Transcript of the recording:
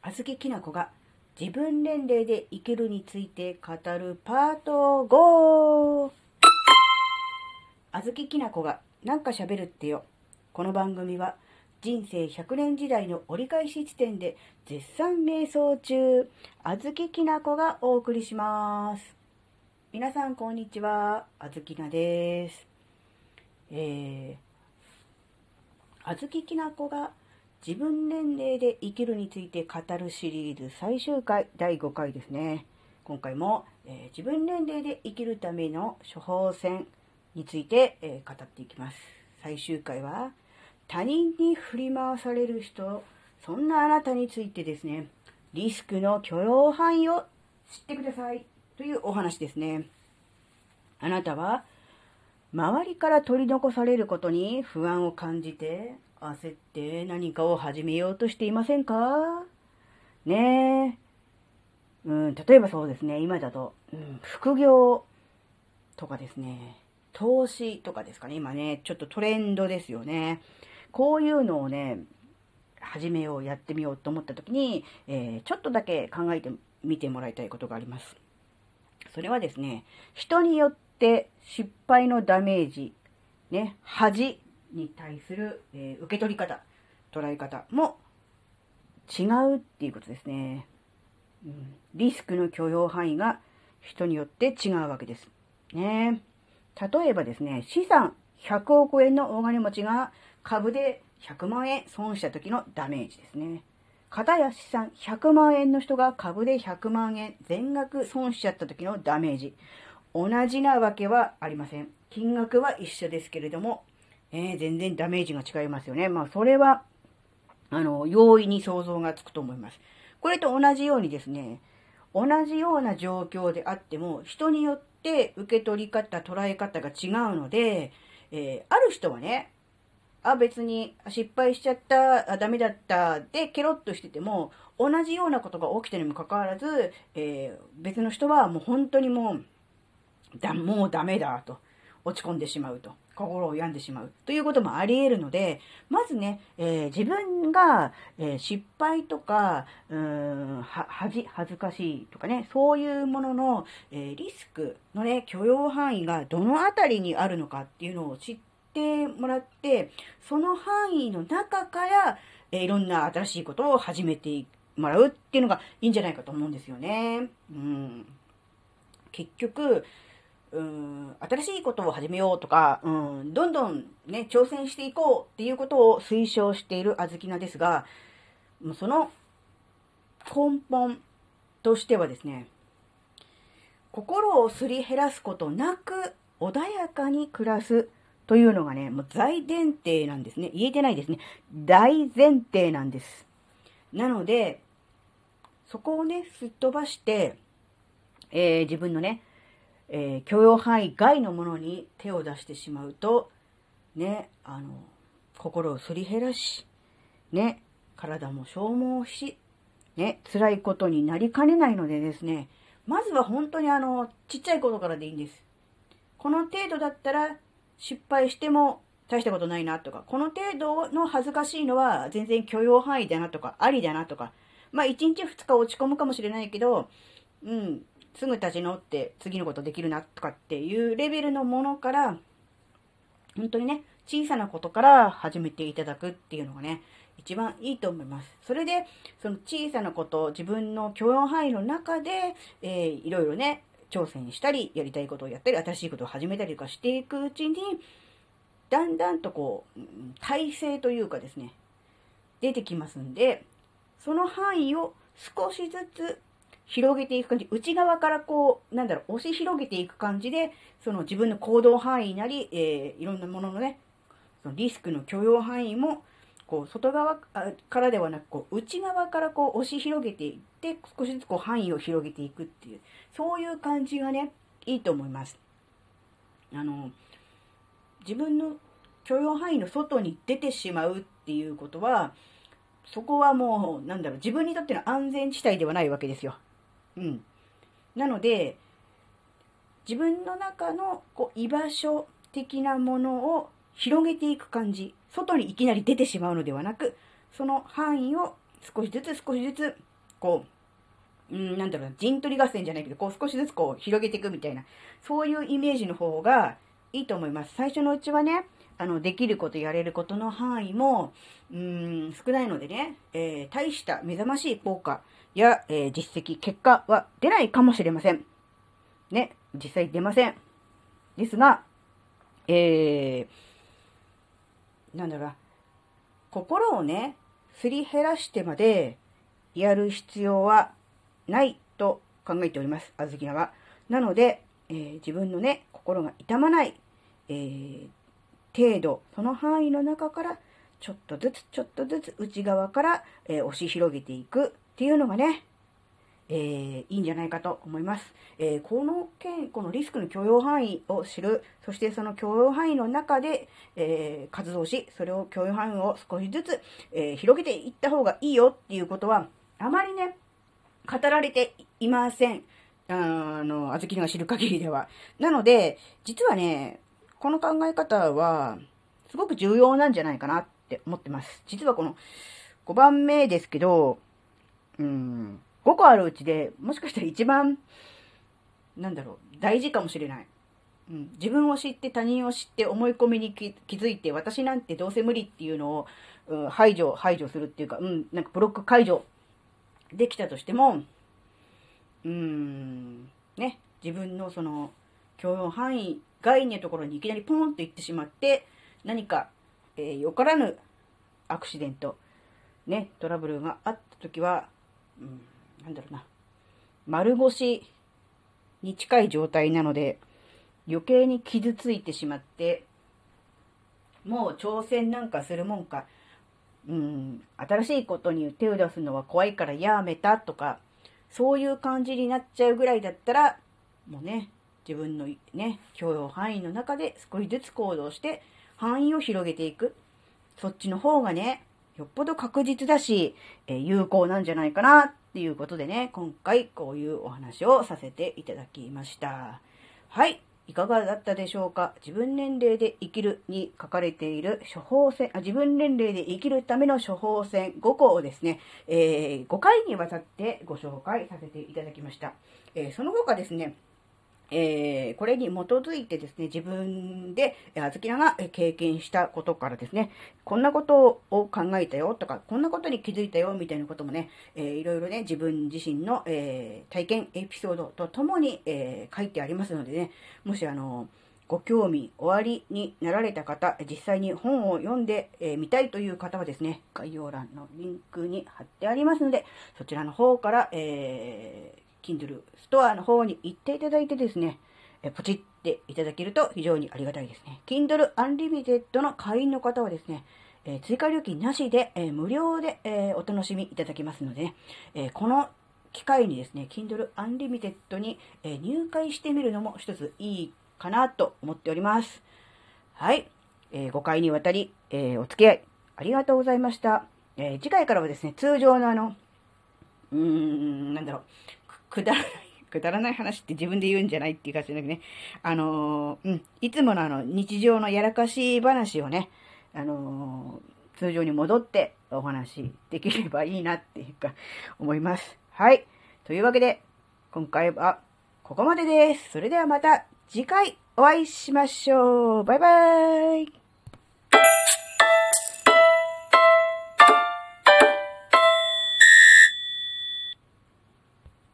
あずききなこが自分年齢で生きるについて語るパート5。あずききなこがなんか喋るってよ。この番組は人生100年時代の折り返し地点で絶賛瞑想中、あずききなこがお送りします。皆さんこんにちは、あずきなです。あずききなこが自分年齢で生きるについて語るシリーズ最終回第5回ですね。今回も、自分年齢で生きるための処方箋について、語っていきます。最終回は他人に振り回される人、そんなあなたについてですね、リスクの許容範囲を知ってくださいというお話ですね。あなたは周りから取り残されることに不安を感じて焦って何かを始めようとしていませんかねえ。例えばそうですね、今だと、副業とかですね、投資とかですかね、今ね、ちょっとトレンドですよね。こういうのをね、始めよう、やってみようと思った時に、ちょっとだけ考えてみてもらいたいことがあります。それはですね、人によって失敗のダメージ、ね、恥に対する、受け取り方、捉え方も違うっていうことですね。リスクの許容範囲が人によって違うわけです。ね。例えばですね、資産100億円の大金持ちが株で100万円損した時のダメージですね。片や資産100万円の人が株で100万円全額損しちゃった時のダメージ。同じなわけはありません。金額は一緒ですけれども、全然ダメージが違いますよね。それは、容易に想像がつくと思います。これと同じようにですね、同じような状況であっても、人によって受け取り方、捉え方が違うので、ある人はね、別に失敗しちゃった、ダメだった、で、ケロッとしてても、同じようなことが起きたにもかかわらず、別の人はもう本当にもうダメだと、落ち込んでしまうと、心を病んでしまうということもあり得るので、まずね、自分が、失敗とか、恥ずかしいとかね、そういうものの、リスクのね、許容範囲がどのあたりにあるのかっていうのを知ってもらって、その範囲の中から、いろんな新しいことを始めてもらうっていうのがいいんじゃないかと思うんですよね。結局、新しいことを始めようとか、どんどんね、挑戦していこうっていうことを推奨しているあずきなですが、その根本としてはですね、心をすり減らすことなく穏やかに暮らすというのがね、もう大前提なんですね。言えてないですね。大前提なんです。なので、そこをね、すっ飛ばして、自分のね、許容範囲外のものに手を出してしまうと、ね、心をすり減らし、ね、体も消耗し、ね、辛いことになりかねないのでですね、まずは本当にちっちゃいことからでいいんです。この程度だったら失敗しても大したことないなとか、この程度の恥ずかしいのは全然許容範囲だなとか、ありだなとか、1日2日落ち込むかもしれないけど、すぐ立ち直って次のことできるなとかっていうレベルのものから、本当にね、小さなことから始めていただくっていうのがね、一番いいと思います。それで、その小さなこと、自分の許容範囲の中で、いろいろね、挑戦したり、やりたいことをやったり、新しいことを始めたりとかしていくうちに、だんだんと体制というかですね、出てきますんで、その範囲を少しずつ広げていく感じ、内側から押し広げていく感じで、その自分の行動範囲なり、いろんなもののね、そのリスクの許容範囲も、外側からではなく、内側から押し広げていって、少しずつ範囲を広げていくっていう、そういう感じがね、いいと思います。自分の許容範囲の外に出てしまうっていうことは、そこはもう、自分にとっての安全地帯ではないわけですよ。なので、自分の中の居場所的なものを広げていく感じ、外にいきなり出てしまうのではなく、その範囲を少しずつこう、なんだろうな、陣取り合戦じゃないけど、こう少しずつこう広げていくみたいな、そういうイメージの方がいいと思います。最初のうちはね、できることやれることの範囲も、少ないのでね、大した目覚ましい効果や、実績、結果は出ないかもしれません。ね、実際出ません。ですが、なんだろうな、心をね、すり減らしてまでやる必要はないと考えております、あずきなは。なので、自分のね、心が痛まない、程度、その範囲の中から、ちょっとずつ内側から、押し広げていくっていうのがね、いいんじゃないかと思います。このリスクの許容範囲を知る、そしてその許容範囲の中で、活動し、それを許容範囲を少しずつ、広げていった方がいいよっていうことは、あまりね、語られていません。あずきが知る限りでは。なので、実はね、この考え方は、すごく重要なんじゃないかなって思ってます。実はこの5番目ですけど、5個あるうちで、もしかしたら一番、大事かもしれない。自分を知って他人を知って思い込みに気づいて、私なんてどうせ無理っていうのを、排除するっていうか、ブロック解除できたとしても、ね、自分のその許容範囲外のところにいきなりポーンと行ってしまって、何か、よからぬアクシデント、ね、トラブルがあったときは、丸腰に近い状態なので、余計に傷ついてしまって、もう挑戦なんかするもんか、新しいことに手を出すのは怖いからやめたとか、そういう感じになっちゃうぐらいだったら、もうね、自分のね、許容範囲の中で少しずつ行動して、範囲を広げていく。そっちの方がね、よっぽど確実だし、有効なんじゃないかなっていうことでね、今回こういうお話をさせていただきました。はい。いかがだったでしょうか。自分年齢で生きるに書かれている処方箋、自分年齢で生きるための処方箋5個をですね、5回にわたってご紹介させていただきました。その他ですね、これに基づいてですね、自分で、あずきなが経験したことからですね、こんなことを考えたよとか、こんなことに気づいたよみたいなこともね、いろいろね、自分自身の、体験エピソードとともに、書いてありますのでね、もしご興味おありになられた方、実際に本を読んでみたいという方はですね、概要欄のリンクに貼ってありますので、そちらの方から、Kindle ストアの方に行っていただいてですね、ポチっていただけると非常にありがたいですね。Kindle Unlimited の会員の方はですね、追加料金なしで、無料で、お楽しみいただけますので、ね、この機会にですね、Kindle Unlimited に、入会してみるのも一ついいかなと思っております。はい。5回にわたり、お付き合いありがとうございました。次回からはですね、通常のくだらない話って自分で言うんじゃないっていう感じだけどね。いつもの日常のやらかし話をね、通常に戻ってお話できればいいなっていうか、思います。はい。というわけで、今回はここまでです。それではまた次回お会いしましょう。バイバーイ。